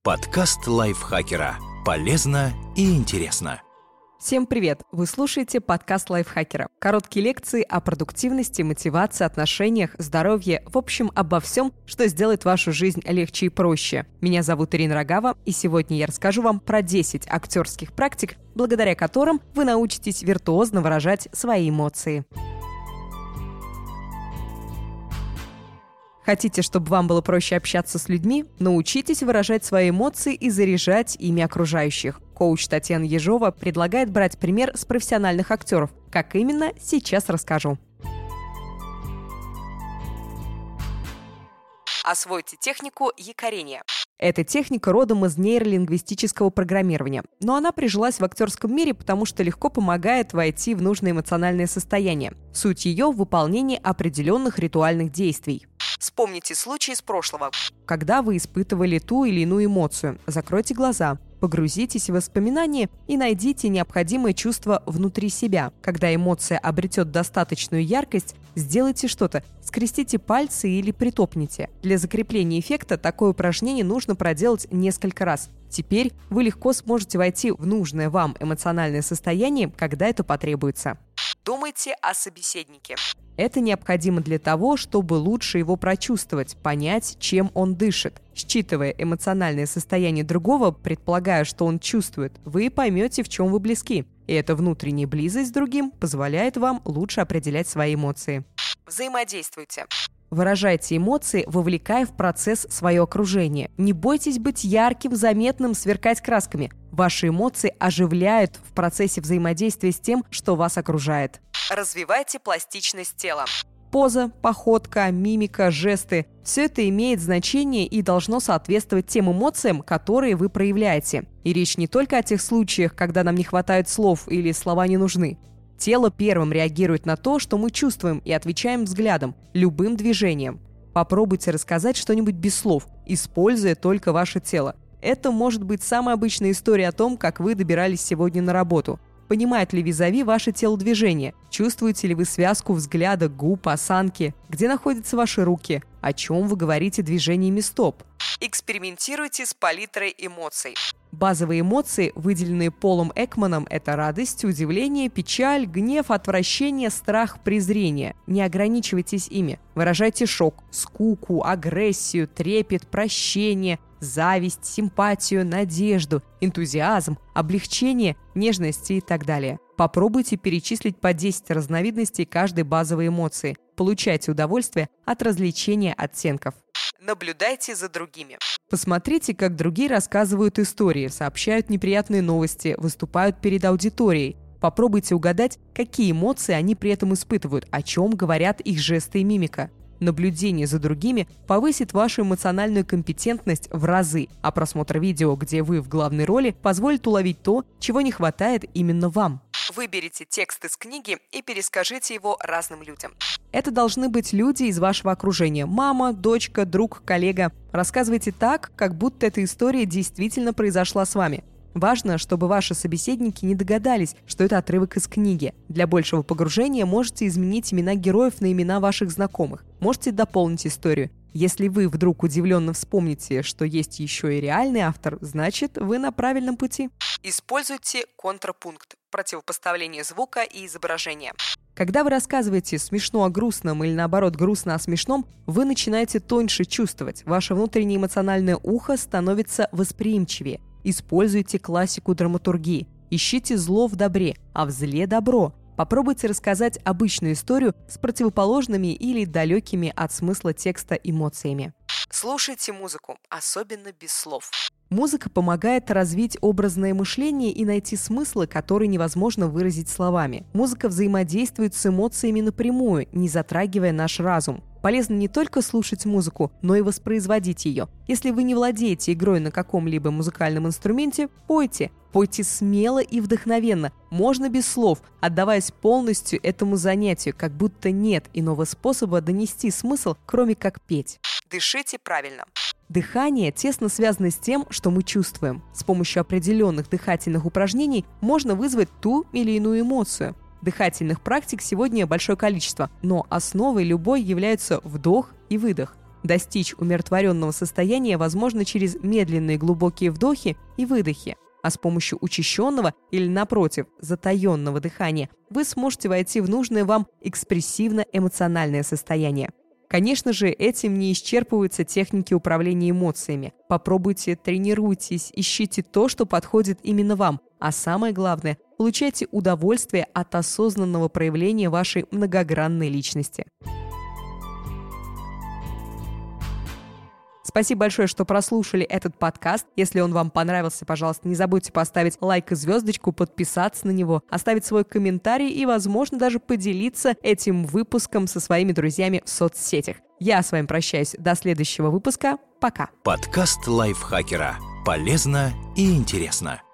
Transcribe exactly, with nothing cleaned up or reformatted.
Подкаст лайфхакера. Полезно и интересно. Всем привет! Вы слушаете подкаст лайфхакера. Короткие лекции о продуктивности, мотивации, отношениях, здоровье, в общем, обо всем, что сделает вашу жизнь легче и проще. Меня зовут Ирина Рогава, и сегодня я расскажу вам про десять актерских практик, благодаря которым вы научитесь виртуозно выражать свои эмоции. Хотите, чтобы вам было проще общаться с людьми? Научитесь выражать свои эмоции и заряжать ими окружающих. Коуч Татьяна Ежова предлагает брать пример с профессиональных актеров. Как именно, сейчас расскажу. Освойте технику якорения. Эта техника родом из нейролингвистического программирования, но она прижилась в актерском мире, потому что легко помогает войти в нужное эмоциональное состояние. Суть ее в выполнении определенных ритуальных действий. Вспомните случай из прошлого, когда вы испытывали ту или иную эмоцию. Закройте глаза, погрузитесь в воспоминания и найдите необходимое чувство внутри себя. Когда эмоция обретет достаточную яркость, сделайте что-то, скрестите пальцы или притопните. Для закрепления эффекта такое упражнение нужно проделать несколько раз. Теперь вы легко сможете войти в нужное вам эмоциональное состояние, когда это потребуется. Думайте о собеседнике. Это необходимо для того, чтобы лучше его прочувствовать, понять, чем он дышит. Считывая эмоциональное состояние другого, предполагая, что он чувствует, вы поймете, в чем вы близки. И эта внутренняя близость с другим позволяет вам лучше определять свои эмоции. Взаимодействуйте. Выражайте эмоции, вовлекая в процесс свое окружение. Не бойтесь быть ярким, заметным, сверкать красками. Ваши эмоции оживляют в процессе взаимодействия с тем, что вас окружает. Развивайте пластичность тела. Поза, походка, мимика, жесты – все это имеет значение и должно соответствовать тем эмоциям, которые вы проявляете. И речь не только о тех случаях, когда нам не хватает слов или слова не нужны. Тело первым реагирует на то, что мы чувствуем, и отвечаем взглядом, любым движением. Попробуйте рассказать что-нибудь без слов, используя только ваше тело. Это может быть самая обычная история о том, как вы добирались сегодня на работу. Понимает ли визави ваше телодвижение? Чувствуете ли вы связку взгляда, губ, осанки? Где находятся ваши руки? О чем вы говорите движениями стоп? Экспериментируйте с палитрой эмоций. Базовые эмоции, выделенные Полом Экманом, это радость, удивление, печаль, гнев, отвращение, страх, презрение. Не ограничивайтесь ими. Выражайте шок, скуку, агрессию, трепет, прощение, зависть, симпатию, надежду, энтузиазм, облегчение, нежность и так далее. Попробуйте перечислить по десять разновидностей каждой базовой эмоции. Получайте удовольствие от развлечения оттенков. Наблюдайте за другими. Посмотрите, как другие рассказывают истории, сообщают неприятные новости, выступают перед аудиторией. Попробуйте угадать, какие эмоции они при этом испытывают, о чем говорят их жесты и мимика. Наблюдение за другими повысит вашу эмоциональную компетентность в разы, а просмотр видео, где вы в главной роли, позволит уловить то, чего не хватает именно вам. Выберите текст из книги и перескажите его разным людям. Это должны быть люди из вашего окружения – мама, дочка, друг, коллега. Рассказывайте так, как будто эта история действительно произошла с вами. Важно, чтобы ваши собеседники не догадались, что это отрывок из книги. Для большего погружения можете изменить имена героев на имена ваших знакомых. Можете дополнить историю. Если вы вдруг удивленно вспомните, что есть еще и реальный автор, значит, вы на правильном пути. Используйте контрапункт – противопоставление звука и изображения. Когда вы рассказываете смешно о грустном или наоборот грустно о смешном, вы начинаете тоньше чувствовать. Ваше внутреннее эмоциональное ухо становится восприимчивее. Используйте классику драматургии. Ищите зло в добре, а в зле добро. Попробуйте рассказать обычную историю с противоположными или далекими от смысла текста эмоциями. Слушайте музыку, особенно без слов. Музыка помогает развить образное мышление и найти смыслы, которые невозможно выразить словами. Музыка взаимодействует с эмоциями напрямую, не затрагивая наш разум. Полезно не только слушать музыку, но и воспроизводить ее. Если вы не владеете игрой на каком-либо музыкальном инструменте, пойте. Пойте смело и вдохновенно, можно без слов, отдаваясь полностью этому занятию, как будто нет иного способа донести смысл, кроме как петь. Дышите правильно. Дыхание тесно связано с тем, что мы чувствуем. С помощью определенных дыхательных упражнений можно вызвать ту или иную эмоцию. Дыхательных практик сегодня большое количество, но основой любой являются вдох и выдох. Достичь умиротворенного состояния возможно через медленные глубокие вдохи и выдохи. А с помощью учащенного или, напротив, затаенного дыхания вы сможете войти в нужное вам экспрессивно-эмоциональное состояние. Конечно же, этим не исчерпываются техники управления эмоциями. Попробуйте, тренируйтесь, ищите то, что подходит именно вам. А самое главное, получайте удовольствие от осознанного проявления вашей многогранной личности. Спасибо большое, что прослушали этот подкаст. Если он вам понравился, пожалуйста, не забудьте поставить лайк и звездочку, подписаться на него, оставить свой комментарий и, возможно, даже поделиться этим выпуском со своими друзьями в соцсетях. Я с вами прощаюсь. До следующего выпуска. Пока. Подкаст лайфхакера. Полезно и интересно.